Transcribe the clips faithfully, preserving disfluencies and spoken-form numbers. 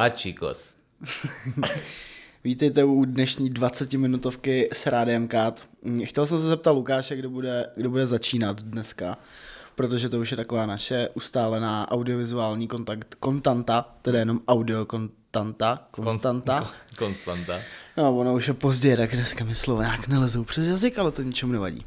Hola, chicos. Vítejte u dnešní dvacetiminutovky s Rádiem Kat. Chtěl jsem se zeptat Lukáše, kdo bude, kdo bude začínat dneska, protože to už je taková naše ustálená audiovizuální kontakt, kontanta, teda jenom audio kontanta, konstanta. Kon, konstanta. No, ono už je pozdě, tak dneska mi slova nějak nelezou přes jazyk, ale to ničemu nevadí.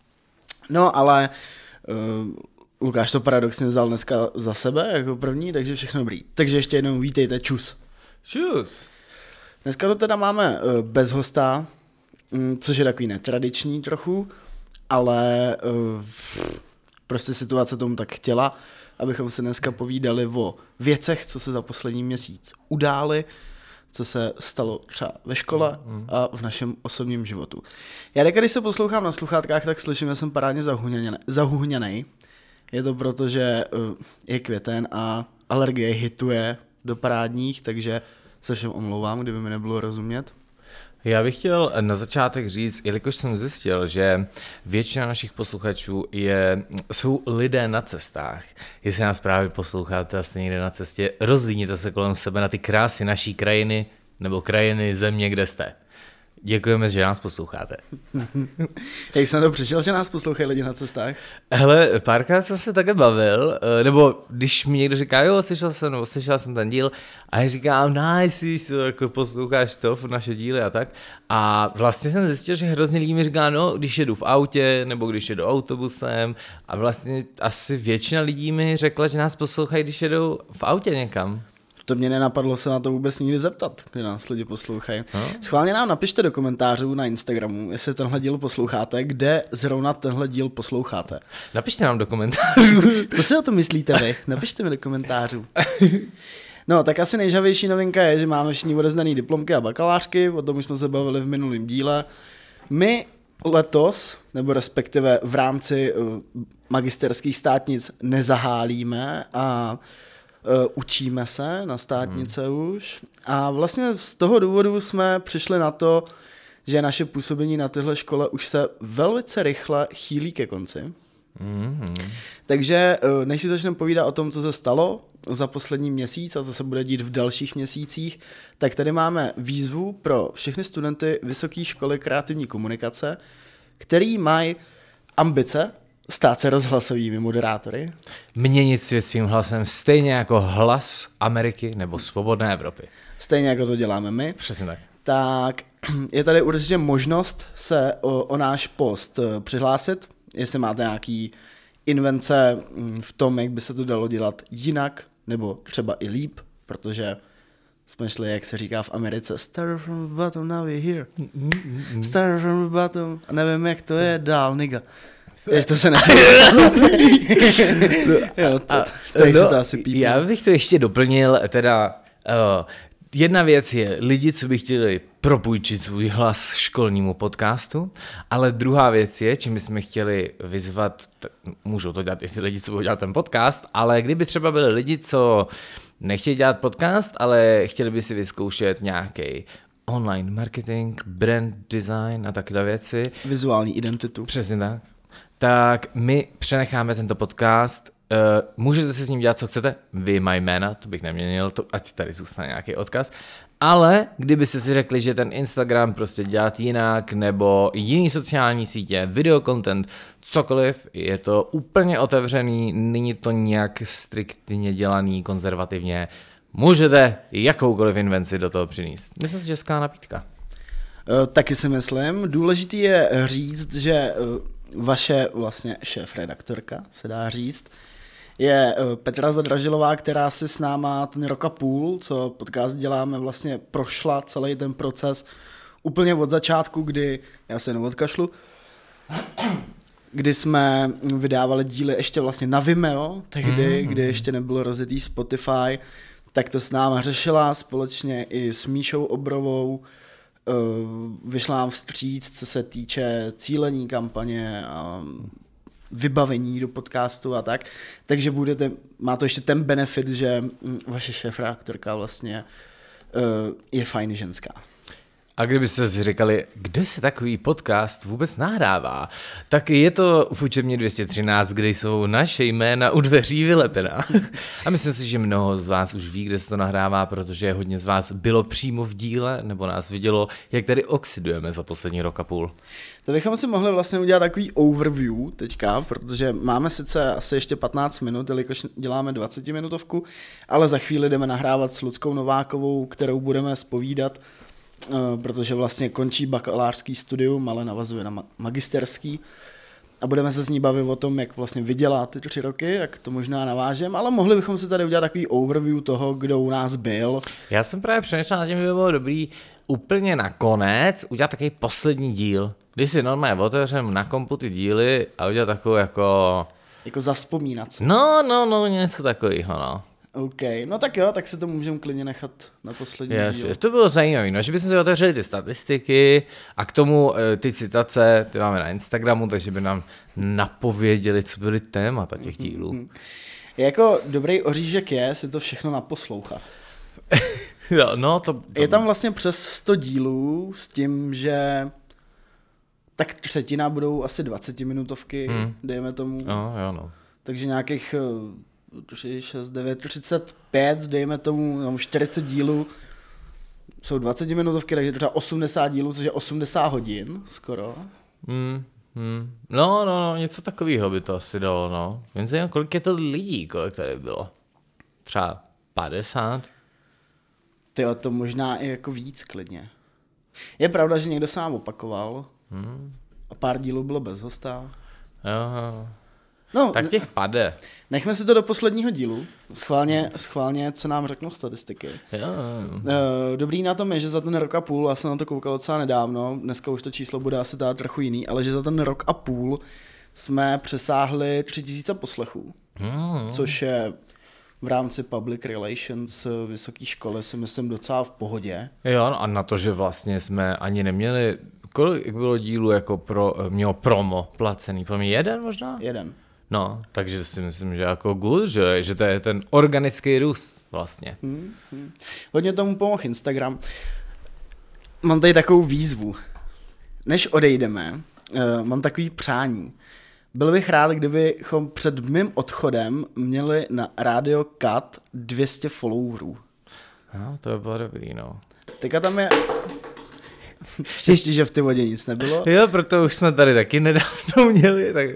No, ale uh, Lukáš to paradoxně vzal dneska za sebe jako první, takže všechno dobrý. Takže ještě jednou vítejte, čus. Čus. Dneska to teda máme uh, bez hosta, um, což je takový netradiční trochu, ale uh, prostě situace tomu tak chtěla, abychom se dneska povídali o věcech, co se za poslední měsíc udály, co se stalo třeba ve škole a v našem osobním životu. Já když se poslouchám na sluchátkách, tak slyším, že jsem parádně zahuhněnej. Je to proto, že uh, je květen a alergie hituje do parádních, takže se všem omlouvám, kdyby mi nebylo rozumět. Já bych chtěl na začátek říct, jelikož jsem zjistil, že většina našich posluchačů je, jsou lidé na cestách. Jestli nás právě posloucháte a jste někde na cestě, rozlídněte se kolem sebe na ty krásy naší krajiny nebo krajiny země, kde jste. Děkujeme, že nás posloucháte. Jak jsem to přišel, že nás poslouchají lidi na cestách? Hele, párkrát jsem se také bavil, nebo když mi někdo říká, jo, slyšel jsem, nebo slyšel jsem ten díl, a já říkám, nice, jako posloucháš to v naše díly a tak. A vlastně jsem zjistil, že hrozně lidí mi říká, no, když jedu v autě, nebo když jedu autobusem, a vlastně asi většina lidí mi řekla, že nás poslouchají, když jedou v autě někam. To mě nenapadlo se na to vůbec nikdy zeptat, kdy nás lidi poslouchají. No. Schválně nám napište do komentářů na Instagramu, jestli tenhle díl posloucháte, kde zrovna tenhle díl posloucháte. Napište nám do komentářů. Co si o to myslíte vy? Napište mi do komentářů. No, tak asi nejžavější novinka je, že máme všichni odevzdaný diplomky a bakalářky, o tom už jsme se bavili v minulém díle. My letos, nebo respektive v rámci uh, magisterských státnic nezahálíme a Uh, učíme se na státnice hmm. už a vlastně z toho důvodu jsme přišli na to, že naše působení na téhle škole už se velice rychle chýlí ke konci. Hmm. Takže uh, než si začneme povídat o tom, co se stalo za poslední měsíc a co se bude dít v dalších měsících, tak tady máme výzvu pro všechny studenty Vysoké školy kreativní komunikace, který mají ambice stát se rozhlasovými moderátory. Měnit svět svým hlasem stejně jako Hlas Ameriky nebo Svobodné Evropy. Stejně jako to děláme my. Přesně tak. Tak je tady určitě možnost se o, o náš post přihlásit, jestli máte nějaký invence v tom, jak by se to dalo dělat jinak, nebo třeba i líp, protože jsme šli, jak se říká v Americe, start from the bottom, now we're here. Start from the bottom, a nevím, jak to je dál, nigga. Jež to se nesmí. Jo, to, to, no, to asi pípí. Já bych to ještě doplnil, teda uh, jedna věc je lidi, co by chtěli propůjčit svůj hlas školnímu podcastu, ale druhá věc je, čím bychom chtěli vyzvat, t- můžou to dělat i lidi, co budou dělat ten podcast, ale kdyby třeba byli lidi, co nechtějí dělat podcast, ale chtěli by si vyzkoušet nějaký online marketing, brand design a takové věci. Vizuální identitu. Přesně tak. Tak my přenecháme tento podcast, uh, můžete si s ním dělat, co chcete, vy mají jména, to bych neměnil, to, ať tady zůstane nějaký odkaz, ale kdybyste si řekli, že ten Instagram prostě dělat jinak, nebo jiný sociální sítě, videokontent, cokoliv, je to úplně otevřený, není to nějak striktně dělaný, konzervativně, můžete jakoukoliv invenci do toho přinést. Myslím si, že skvělá nabídka. Uh, taky si myslím, důležitý je říct, že uh, vaše vlastně šéf-redaktorka, se dá říct, je Petra Zadražilová, která si s náma ten rok a půl, co podcast děláme, vlastně prošla celý ten proces úplně od začátku, kdy, já se jenom odkašlu, kdy jsme vydávali díly ještě vlastně na Vimeo, tehdy, mm. kdy ještě nebylo rozjetý Spotify, tak to s náma řešila společně i s Míšou Obrovou, vyšla nám vstříc, co se týče cílení kampaně a vybavení do podcastu a tak, takže budete, má to ještě ten benefit, že vaše šéfredaktorka vlastně je fajn ženská. A kdybyste si říkali, kde se takový podcast vůbec nahrává, tak je to v učebně dvě stě třináct, kde jsou naše jména u dveří vylepená. A myslím si, že mnoho z vás už ví, kde se to nahrává, protože hodně z vás bylo přímo v díle, nebo nás vidělo, jak tady oxidujeme za poslední rok a půl. To bychom si mohli vlastně udělat takový overview teďka, protože máme sice asi ještě patnáct minut, jelikož děláme dvacetiminutovku, ale za chvíli jdeme nahrávat s Luckou Novákovou, kterou budeme zpovídat, protože vlastně končí bakalářský studium, ale navazuje na magisterský. A budeme se s ní bavit o tom, jak vlastně vydělá ty tři roky, jak to možná navážem, ale mohli bychom si tady udělat takový overview toho, kdo u nás byl. Já jsem právě přemýšlel, že by bylo dobrý úplně nakonec udělat takový poslední díl. Když si normálně otevřem na kompu ty díly a udělat takovou jako... Jako zavzpomínat si. No, no, no, něco takového, no. OK, no tak jo, tak se to můžeme klidně nechat na poslední yes, díl. Yes, to bylo zajímavé, no, že bychom si otevřeli ty statistiky a k tomu ty citace, ty máme na Instagramu, takže by nám napověděli, co byly témata těch dílů. Mm-hmm. Jako dobrý oříšek je si to všechno naposlouchat. Jo, no to, to... Je tam vlastně přes sto dílů s tím, že tak třetina budou asi dvacetiminutovky, hmm. dejme tomu. No, jo, no. Takže nějakých tři, šest, devět, třicet pět, dejme tomu, no, čtyřicet dílů jsou dvacetiminutovky, takže třeba osmdesát dílů, což je osmdesát hodin skoro. Hmm. Hmm. No, no, no, něco takového by to asi dalo, no. Jen se jen, kolik je to lidí, kolik tady bylo? Třeba padesát? Tyjo, to možná i jako víc klidně. Je pravda, že někdo se nám opakoval hmm. a pár dílů bylo bez hosta. Jo. No, tak těch pade. Nechme si to do posledního dílu. Schválně, schválně co nám řeknou statistiky. Jo. Dobrý na tom je, že za ten rok a půl, já jsem na to koukal docela nedávno, dneska už to číslo bude asi teda trochu jiný, ale že za ten rok a půl jsme přesáhli tři tisíce poslechů, hmm. což je v rámci public relations vysoké školy si myslím docela v pohodě. Jo, a na to, že vlastně jsme ani neměli, kolik bylo dílů jako pro, mělo promo placený, pro mě jeden možná? Jeden. No, takže si myslím, že jako good, že, že to je ten organický růst vlastně. Hmm, hmm. Hodně tomu pomohl Instagram. Mám tady takovou výzvu. Než odejdeme, uh, mám takový přání. Byl bych rád, kdybychom před mým odchodem měli na Radio Cut dvě stě followerů. No, to by bylo dobrý, no. Teďka tam je... Štěstí, že v té vodě nic nebylo. Jo, proto už jsme tady taky nedávno měli, tak...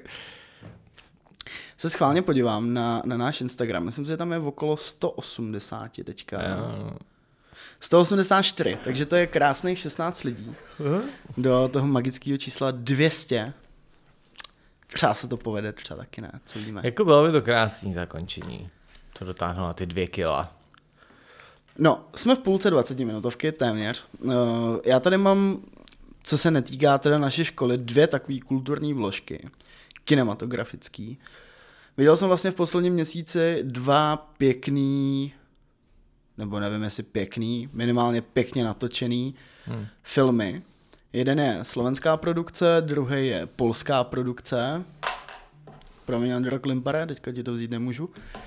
Se schválně podívám na, na náš Instagram. Myslím, že tam je okolo sto osmdesát teďka. Jo. sto osmdesát čtyři, takže to je krásných šestnáct lidí. Uh-huh. Do toho magického čísla dvě stě. Třeba se to povede, třeba taky ne, co víme. Jako bylo by to krásný zakončení. To dotáhnu na ty dvě kila. No, jsme v půlce dvacetiminutovky, téměř. Uh, já tady mám, co se netýká teda naší školy, dvě takové kulturní vložky. Kinematografický. Viděl jsem vlastně v posledním měsíci dva pěkný, nebo nevím jestli pěkný, minimálně pěkně natočený hmm. filmy. Jeden je slovenská produkce, druhý je polská produkce. Promiň, Andro Klimpare, teďka ti to vzít nemůžu.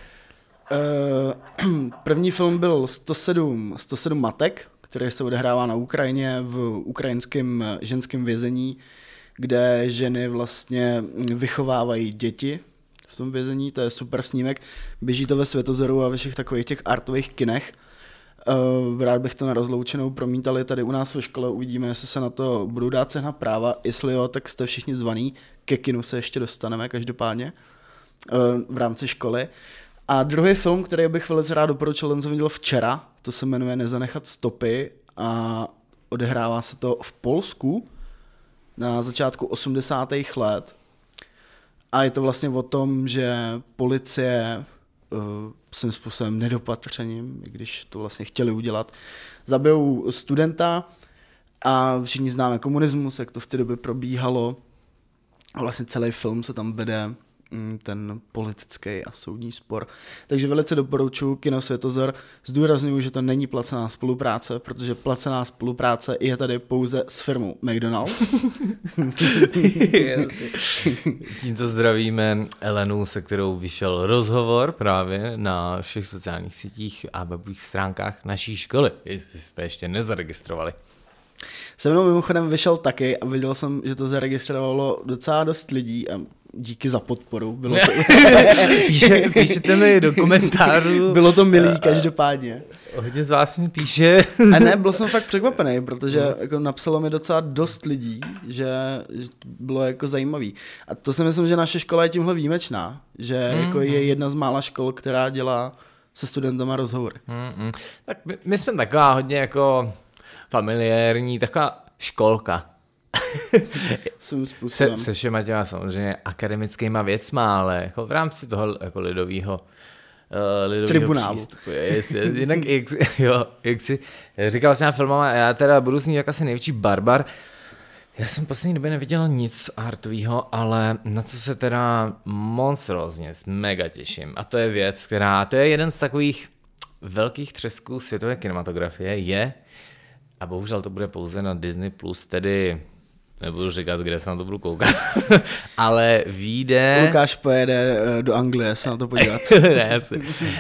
Uh, první film byl sto sedm, sto sedm matek, který se odehrává na Ukrajině v ukrajinském ženském vězení, kde ženy vlastně vychovávají děti v tom vězení, to je super snímek, běží to ve Světozoru a ve všech takových těch artových kinech. Uh, rád bych to na rozloučenou promítali tady u nás ve škole, uvidíme, jestli se na to budou dát sehnat práva, jestli jo, tak jste všichni zvaný, ke kinu se ještě dostaneme každopádně uh, v rámci školy. A druhý film, který bych velice rád doporučil, ten jsem viděl včera, to se jmenuje Nezanechat stopy a odehrává se to v Polsku na začátku osmdesátých let. A je to vlastně o tom, že policie uh, svým způsobem nedopatřením, i když to vlastně chtěli udělat, zabijou studenta a všichni známe komunismus, jak to v té době probíhalo. A vlastně celý film se tam vede ten politický a soudní spor. Takže velice doporučuji Kino Světozor. Zdůrazňuji, že to není placená spolupráce, protože placená spolupráce je tady pouze s firmou McDonald's. Tímto zdravíme Elenu, se kterou vyšel rozhovor právě na všech sociálních sítích a webových stránkách naší školy, jestli jste ještě nezaregistrovali. Se mnou mimochodem vyšel taky a viděl jsem, že to zaregistrovalo docela dost lidí a díky za podporu. Bylo to... Píše, píšete mi do komentářů. Bylo to milý, každopádně. Hodně z vás mi píše. A ne, byl jsem fakt překvapený, protože jako napsalo mi docela dost lidí, že, že to bylo jako zajímavý. A to si myslím, že naše škola je tímhle výjimečná, že mm, jako je jedna z mála škol, která dělá se studentama rozhovory. Mm, mm. Tak my, my jsme taková hodně jako familiární, taková školka. Svým způsobem. Se, se všema těma samozřejmě akademickýma věcma, ale jako v rámci toho jako lidovýho, uh, lidovýho tribunálu. Přístupu. Jest, jest, jinak, jak, jo, jak si říkal s těma filmama, já teda budu snít jak asi největší barbar. Já jsem poslední době neviděl nic artovýho, ale na co se teda monstrózně mega těším. A to je věc, která, to je jeden z takových velkých třesků světové kinematografie, je, a bohužel to bude pouze na Disney plus, tedy nebudu říkat, kde se na to budu koukat, ale vyjde... Lukáš pojede do Anglie se na to podívat. Ne, asi. Uh,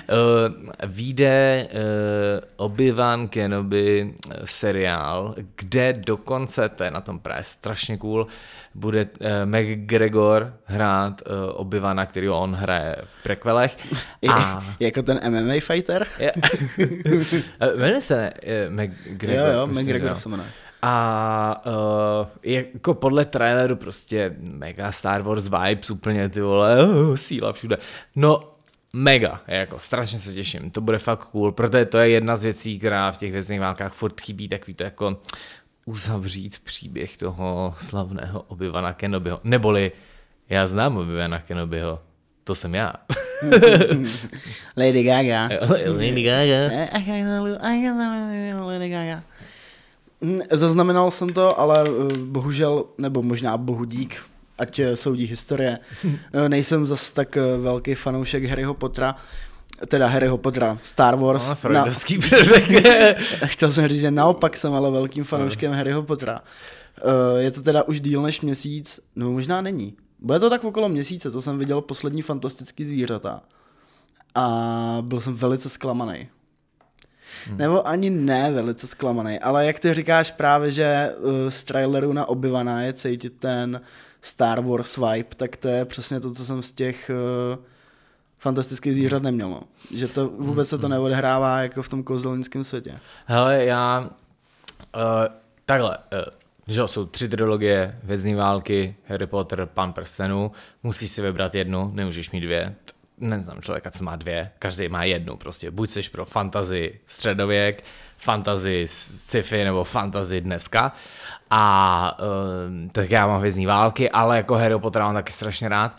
vyjde uh, Obi-Wan Kenobi seriál, kde dokonce, to je na tom právě strašně cool, bude uh, McGregor hrát uh, Obi-Wana, který on hraje v prequelech. A... jako ten M M A fighter? Jmenuje se uh, McGregor. Jo, jo, McGregor se jmenuje. A uh, jako podle traileru prostě mega Star Wars vibes, úplně ty vole, uh, síla všude. No mega, jako strašně se těším, to bude fakt cool, protože to je jedna z věcí, která v těch Vězných válkách furt chybí, takový to jako uzavřít příběh toho slavného Obi-Wana Kenobiho, neboli já znám Obi-Wana Kenobiho, to jsem já. Lady Gaga. Lady Gaga. Lady Gaga. Zaznamenal jsem to, ale bohužel, nebo možná bohu dík, ať soudí historie, nejsem zas tak velký fanoušek Harryho Pottera, teda Harryho Pottera, Star Wars. No, freudovský přeřek. Chtěl jsem říct, že naopak jsem ale velkým fanouškem no. Harryho Pottera. Je to teda už díl než měsíc, no možná není. Bude to tak okolo měsíce, to jsem viděl poslední Fantastický zvířata. A byl jsem velice zklamaný. Hmm. Nebo ani ne velice zklamaný, ale jak ty říkáš právě, že uh, z traileru na Obi-Wana je cítit ten Star Wars vibe, tak to je přesně to, co jsem z těch uh, Fantastických zvířat neměl. No. Že to vůbec se to neodehrává jako v tom kouzelnickém světě. Hele, já uh, takhle, uh, že jsou tři trilogie, Vězný války, Harry Potter, Pán prstenů, musíš si vybrat jednu, nemůžeš mít dvě. Neznám člověka, co má dvě, každý má jednu prostě, buď seš pro fantasy středověk, fantasy sci-fi nebo fantasy dneska a uh, tak já mám Vězný války, ale jako Harry Potter mám taky strašně rád,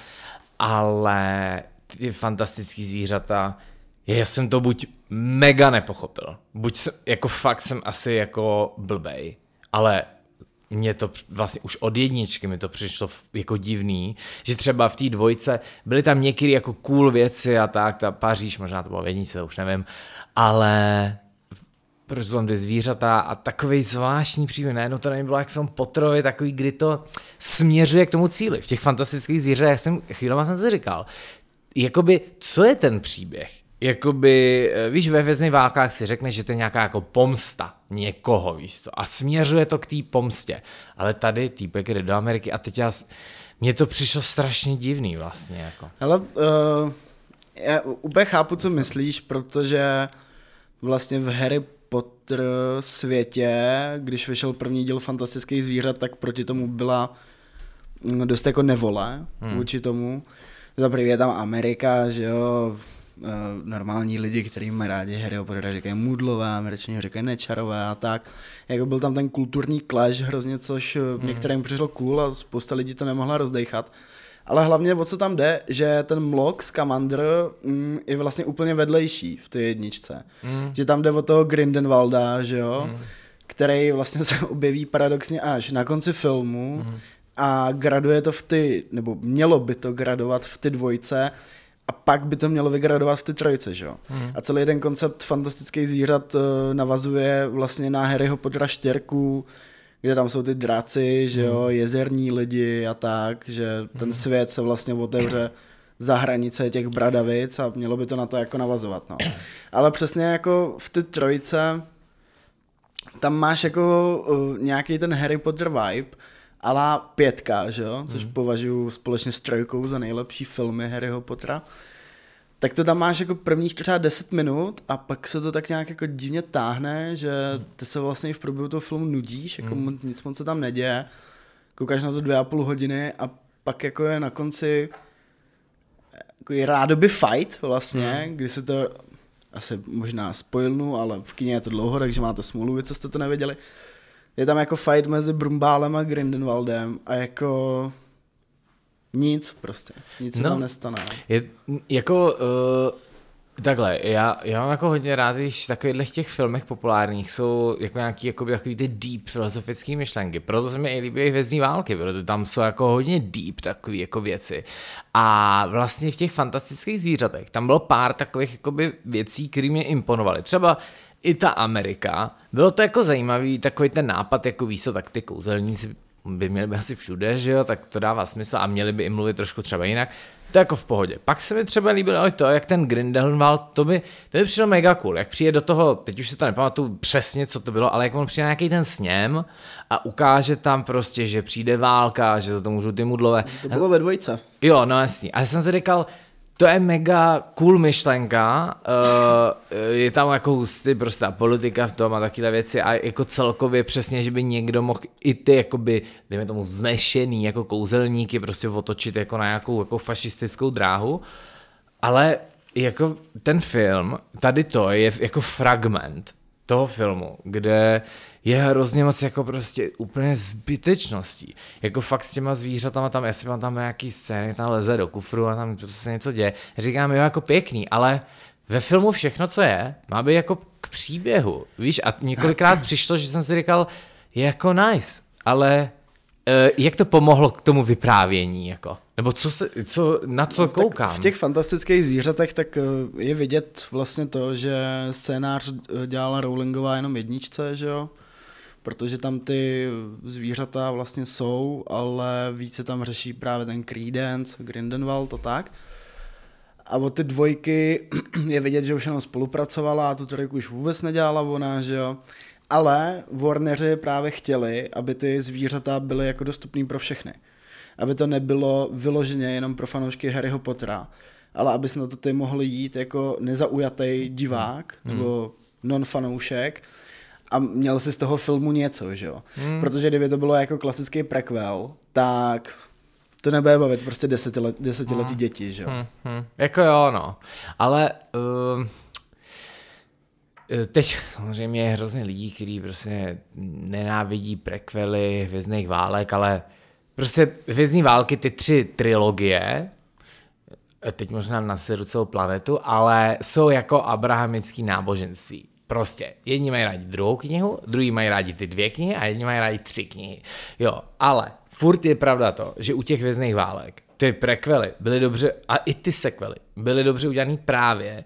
ale ty fantastický zvířata, já jsem to buď mega nepochopil, buď jsem, jako fakt jsem asi jako blbej, ale mně to vlastně už od jedničky mi to přišlo jako divný, že třeba v té dvojce byly tam některé jako cool věci a tak, ta Paříž, možná to bylo v jedničce, to už nevím, ale protože tam ty zvířata a takovej zvláštní příběh, najednou to nebylo jak v tom Potterovi, takový, kdy to směřuje k tomu cíli. V těch fantastických zvířatech jsem chvílema jsem si říkal, jakoby, co je ten příběh? Jakoby, víš, ve Vězných válkách si řekne, že to je nějaká jako pomsta někoho, víš co, a směřuje to k té pomstě, ale tady týpek jde do Ameriky a teď já, mně to přišlo strašně divný vlastně, jako. Hele, uh, já úplně chápu, co myslíš, protože vlastně v Harry Potter světě, když vyšel první díl Fantastických zvířat, tak proti tomu byla dost jako nevole hmm. vůči tomu. Za první je tam Amerika, že jo, normální lidi, kteří mají rádi Harryho Pottera, říkají mudlové, Američané říkají nečarové a tak. Jako byl tam ten kulturní clash hrozně, což hmm. některým přišlo cool a spousta lidí to nemohla rozdejchat. Ale hlavně o co tam jde, že ten mlok Scamander mm, je vlastně úplně vedlejší v té jedničce. Mm. Že tam jde o toho Grindelwalda, že jo, mm. který vlastně se objeví paradoxně až na konci filmu mm. a graduje to v ty, nebo mělo by to gradovat v ty dvojce a pak by to mělo vygradovat v ty trojce, že jo. Mm. A celý ten koncept Fantastických zvířat uh, navazuje vlastně na Harryho Pottera čtyřku, kde tam jsou ty draci, že jo, jezerní lidi a tak, že ten svět se vlastně otevře za hranice těch bradavic a mělo by to na to jako navazovat, no. Ale přesně jako v ty trojice, tam máš jako uh, nějaký ten Harry Potter vibe, ala pětka, že jo, což mm. považuji společně s trojkou za nejlepší filmy Harryho Pottera. Tak to tam máš jako prvních třeba deset minut a pak se to tak nějak jako divně táhne, že ty se vlastně v průběhu toho filmu nudíš, jako mm. nic moc se tam neděje, koukáš na to dvě a půl hodiny a pak jako je na konci jako je rádoby fight vlastně, mm. kdy se to asi možná spoilnu, ale v kině je to dlouho, takže máte smůlu, vy co jste to nevěděli. Je tam jako fight mezi Brumbálem a Grindelwaldem a jako nic prostě, nic se no, tam nestane. Je jako uh, takhle, já, já mám jako hodně rád, když v takových těch filmech populárních jsou jako nějaký jako takový ty deep filozofický myšlenky, proto se mi i líbí Hvězdní války, protože tam jsou jako hodně deep takový jako věci. A vlastně v těch fantastických zvířatech tam bylo pár takových jakoby věcí, které mě imponovaly. Třeba i ta Amerika, bylo to jako zajímavý, takový ten nápad, jako víš co, tak ty kouzelníci by měli by asi všude, že jo, tak to dává smysl a měli by i mluvit trošku třeba jinak, to je jako v pohodě. Pak se mi třeba líbilo i to, jak ten Grindelwald, to by, to by přišlo mega cool, jak přijde do toho, teď už se to nepamatuju přesně, co to bylo, ale jak on přijde nějaký ten sněm a ukáže tam prostě, že přijde válka, že za to můžou ty mudlové. To bylo ve dvojce. Jo, no jasný. A já jsem si říkal, to je mega cool myšlenka, uh, je tam jako hustý prostě ta politika v tom a takové věci a jako celkově přesně, že by někdo mohl i ty jakoby, dejme tomu znešený jako kouzelníky prostě otočit jako na nějakou jako fašistickou dráhu, ale jako ten film, tady to je jako fragment toho filmu, kde je hrozně moc jako prostě úplně zbytečností. Jako fakt s těma zvířatama tam, já si mám tam nějaký scény, tam leze do kufru a tam prostě něco děje. Říkám, jo, jako pěkný, ale ve filmu všechno, co je, má být jako k příběhu. Víš, a několikrát přišlo, že jsem si říkal, je jako nice, ale uh, jak to pomohlo k tomu vyprávění, jako? Nebo co se, co, na co no, koukám? V těch fantastických zvířatech tak je vidět vlastně to, že scénář dělala Rowlingová jenom jedničce, že jo? Protože tam ty zvířata vlastně jsou, ale více tam řeší právě ten Credence, Grindelwald a tak. A od ty dvojky je vidět, že už jenom spolupracovala a tu trojku už vůbec nedělala ona, že jo? Ale Warneri právě chtěli, aby ty zvířata byly jako dostupný pro všechny. Aby to nebylo vyloženě jenom pro fanoušky Harryho Pottera, ale aby se na to ty mohli jít jako nezaujatý divák hmm. nebo non-fanoušek a měl si z toho filmu něco, že jo. Hmm. Protože kdyby to bylo jako klasický prequel, tak to nebude bavit prostě desetilet, desetiletý hmm. děti, že jo. Hmm. Hmm. Jako jo, no. Ale uh, teď samozřejmě je hrozně lidí, kteří prostě nenávidí prequely Hvězdných válek, ale prostě Hvězdní války, ty tři trilogie, teď možná naseru celou planetu, ale jsou jako abrahamický náboženství. Prostě jedni mají rádi druhou knihu, druhý mají rádi ty dvě knihy a jedni mají rádi tři knihy. Jo, ale furt je pravda to, že u těch Hvězdných válek ty prequely byly dobře, a i ty sequely byly dobře udělaný právě,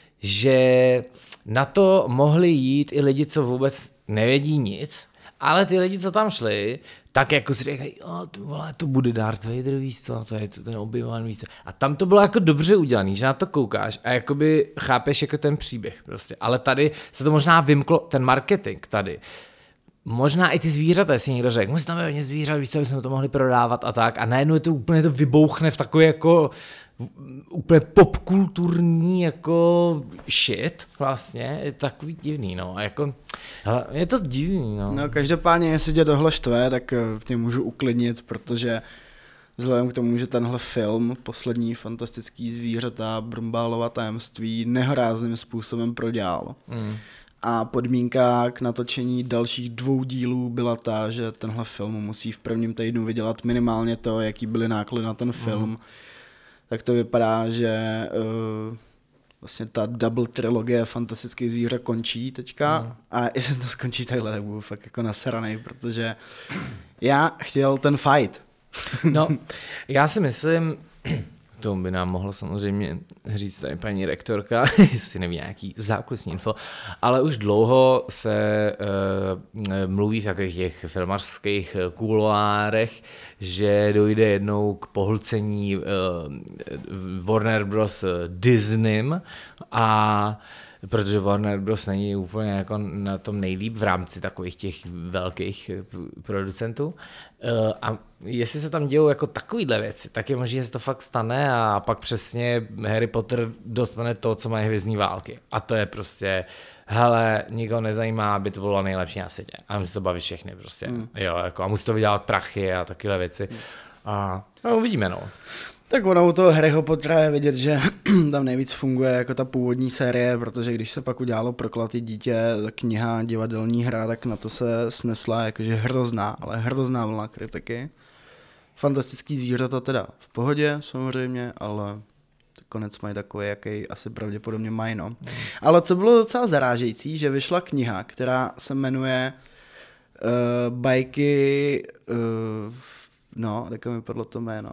že na to mohli jít i lidi, co vůbec nevědí nic, ale ty lidi, co tam šli, tak jako si říkají, jo, to, vole, to bude Darth Vader, víš co, to je to ten Obi-Wan, víš co. A tam to bylo jako dobře udělaný, že na to koukáš a jakoby chápeš jako ten příběh prostě. Ale tady se to možná vymklo, ten marketing tady. Možná i ty zvířata, si někdo řekl, musí tam být hodně zvířat, víš co, bychom to mohli prodávat a tak. A najednou je to úplně to vybouchne v takové jako úplně popkulturní jako shit vlastně, je takový divný, no, a jako, je to divný, no. No, každopádně, jestli tě tohle štve, tak tě můžu uklidnit, protože vzhledem k tomu, že tenhle film, poslední fantastický zvířata, Brumbálova tajemství, nehorázným způsobem prodělal. Mm. A podmínka k natočení dalších dvou dílů byla ta, že tenhle film musí v prvním týdnu vydělat minimálně to, jaký byly náklady na ten film. Mm. Tak to vypadá, že uh, vlastně ta double trilogie fantastických zvířat končí teďka mm. a jestli to skončí takhle, tak budu fakt jako nasranej, protože já chtěl ten fight. No, já si myslím, to by nám mohlo samozřejmě říct tady paní rektorka, jestli neví nějaký zákulisní info, ale už dlouho se uh, mluví v takových těch filmařských kuloárech, že dojde jednou k pohlcení uh, Warner Bros. Disneym a protože Warner Bros. Není úplně jako na tom nejlíp v rámci takových těch velkých producentů. A jestli se tam dějou jako takovýhle věci, tak je možné, že se to fakt stane a pak přesně Harry Potter dostane to, co mají Hvězdní války. A to je prostě, hele, nikoho nezajímá, aby to bylo nejlepší na světě. A musí to bavit všechny prostě. Mm. Jo, jako, a musí to vydělat prachy a takovéhle věci. Mm. A no, uvidíme, no. Tak ono u toho Harryho Pottera je vidět, že tam nejvíc funguje jako ta původní série, protože když se pak udělalo Prokletý dítě, kniha, divadelní hra, tak na to se snesla jakože hrozná, ale hrozná vlna kritiky. Fantastický zvířata teda v pohodě samozřejmě, ale konec mají takový, jaký asi pravděpodobně mají, no. Ale co bylo docela zarážející, že vyšla kniha, která se jmenuje uh, Bajky, uh, no, tak mi padlo to jméno.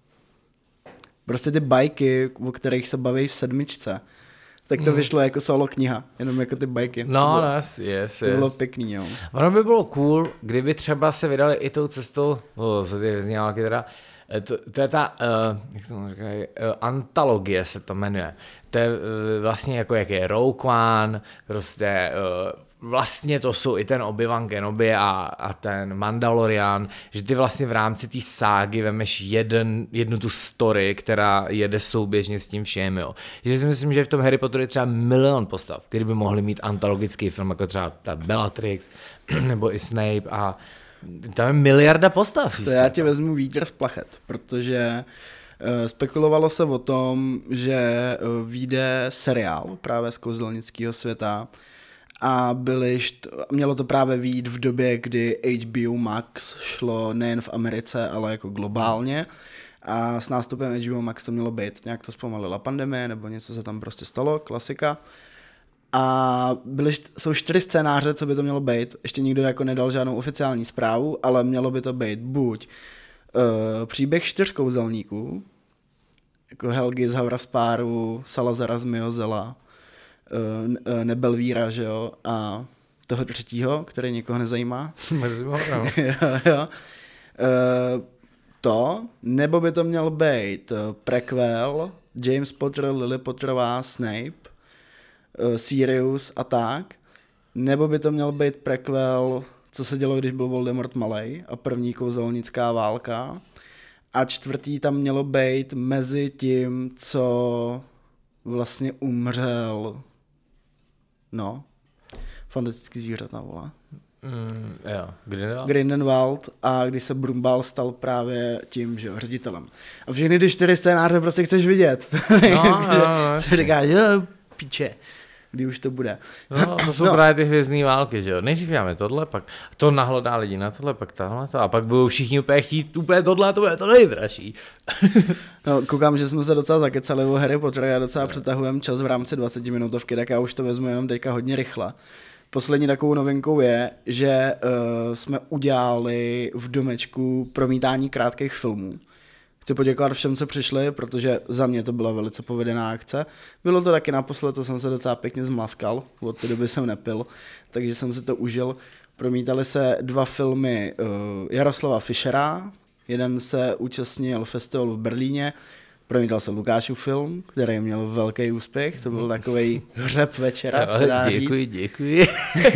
Prostě ty bajky, o kterých se baví v sedmičce, tak to mm. vyšlo jako solo kniha, jenom jako ty bajky. No, to bylo, yes, yes, to bylo pěkný, jo. Ono by bylo cool, kdyby třeba se vydali i tou cestou, o, se ty vznělky teda, to, to je ta, uh, jak to říkají, uh, antologie se to jmenuje. To je uh, vlastně jako jak je Rogue One, prostě uh, vlastně to jsou i ten Obi-Wan Kenobi a, a ten Mandalorian, že ty vlastně v rámci té ságy vemeš jeden, jednu tu story, která jede souběžně s tím všem, jo. Že si myslím, že v tom Harry Potteru je třeba milion postav, který by mohli mít antologický film, jako třeba ta Bellatrix, nebo i Snape a tam je miliarda postav. To já ti vezmu vítr z plachet, protože uh, spekulovalo se o tom, že uh, vyjde seriál právě z kouzelnického světa a byli, mělo to právě vyjít v době, kdy H B O Max šlo nejen v Americe, ale jako globálně a s nástupem H B O Max to mělo být. Nějak to zpomalila pandemie nebo něco se tam prostě stalo, klasika. A byly, jsou čtyři scénáře, co by to mělo být. Ještě nikdo jako nedal žádnou oficiální zprávu, ale mělo by to být buď uh, příběh čtyř kouzelníků, jako Helgi z Havraspáru, Salazara z Miozela, uh, Nebelvíra, že jo, a toho třetího, který nikoho nezajímá. jo, jo. Uh, to, nebo by to měl být prequel, James Potter, Lily Potterová, Snape, Sirius a tak, nebo by to měl být prequel, co se dělo, když byl Voldemort malej a první kouzelnická válka, a čtvrtý tam mělo být mezi tím, co vlastně umřel, no, fantastický zvířata, vole. Mm, jo, Grindelwald. Grindelwald a když se Brumbál stal právě tím, že jo, ředitelem. A všechny ty čtyři scénáře prostě chceš vidět. No, no, no. Se říká, jo, piče, kdy už to bude. No, to jsou no. právě ty hvězdný války, že jo. Nejdřív máme tohle, pak to nahlodá lidi na tohle, pak tohle to, a pak budou všichni úplně chtít úplně tohle, to bude to nejdražší. No, koukám, že jsme se docela zakecali o Harry Potter a docela přetahujeme čas v rámci dvacetiminutovky, tak já už to vezmu jenom teďka hodně rychle. Poslední takovou novinkou je, že uh, jsme udělali v domečku promítání krátkých filmů. Chci poděkovat všem, co přišli, protože za mě to byla velice povedená akce. Bylo to taky naposled, to jsem se docela pěkně zmlaskal, od té doby jsem nepil, takže jsem si to užil. Promítali se dva filmy uh, Jaroslava Fischera, jeden se účastnil festivalu v Berlíně, promítal se Lukášův film, který měl velký úspěch, to byl takovej hřeb večera, se dá děkuji, říct. Děkuji,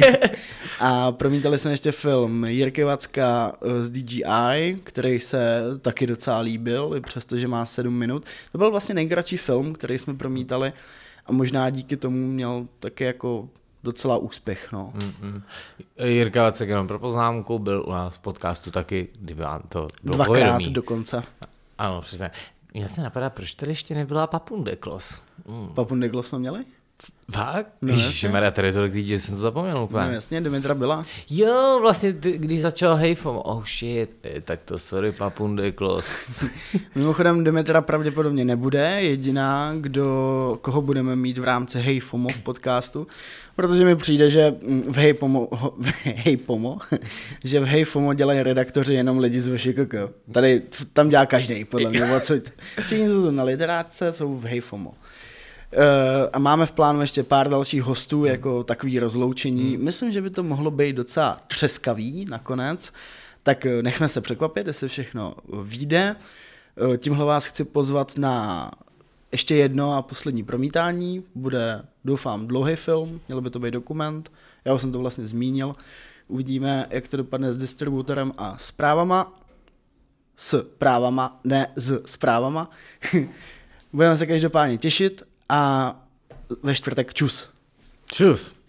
A promítali jsme ještě film Jirky Vacka z D G I, který se taky docela líbil, i přestože má sedm minut. To byl vlastně nejkratší film, který jsme promítali a možná díky tomu měl taky jako docela úspěch, no. Mm-mm. Jirka Vacek, jenom pro poznámku, byl u nás v podcastu taky, kdyby vám to bylo Dvakrát povědomí. dokonce. Ano, přesně. Mně se napadá, proč tady ještě nebyla Papundeklos? Mm. Papundeklos jsme měli? Fakt? No, Ježišmarja, tady tolik lidí, že jsem to zapomněl úplně. No jasně, Dimitra byla. Jo, vlastně, ty, když začal Hejfom, oh shit, tak to sorry, Papundeklos. Mimochodem Dimitra pravděpodobně nebude jediná, kdo, koho budeme mít v rámci Hejfomo v podcastu, protože mi přijde, že v Hejpomo, v Hejpomo že v Hejfomo dělají redaktoři jenom lidi z V Š K K. Tady, tam dělá každý, podle mě. Všichni jsou na literátce, jsou v Hejfomo. Uh, a máme v plánu ještě pár dalších hostů, jako takový rozloučení. Myslím, že by to mohlo být docela třeskavý nakonec, tak nechme se překvapit, jestli všechno vyjde. Uh, tímhle vás chci pozvat na ještě jedno a poslední promítání, bude, doufám, dlouhý film, měl by to být dokument, já už jsem to vlastně zmínil, uvidíme, jak to dopadne s distributorem a s právama, s právama, ne s zprávama. Budeme se každopádně těšit a ve čtvrtek čus. Čus.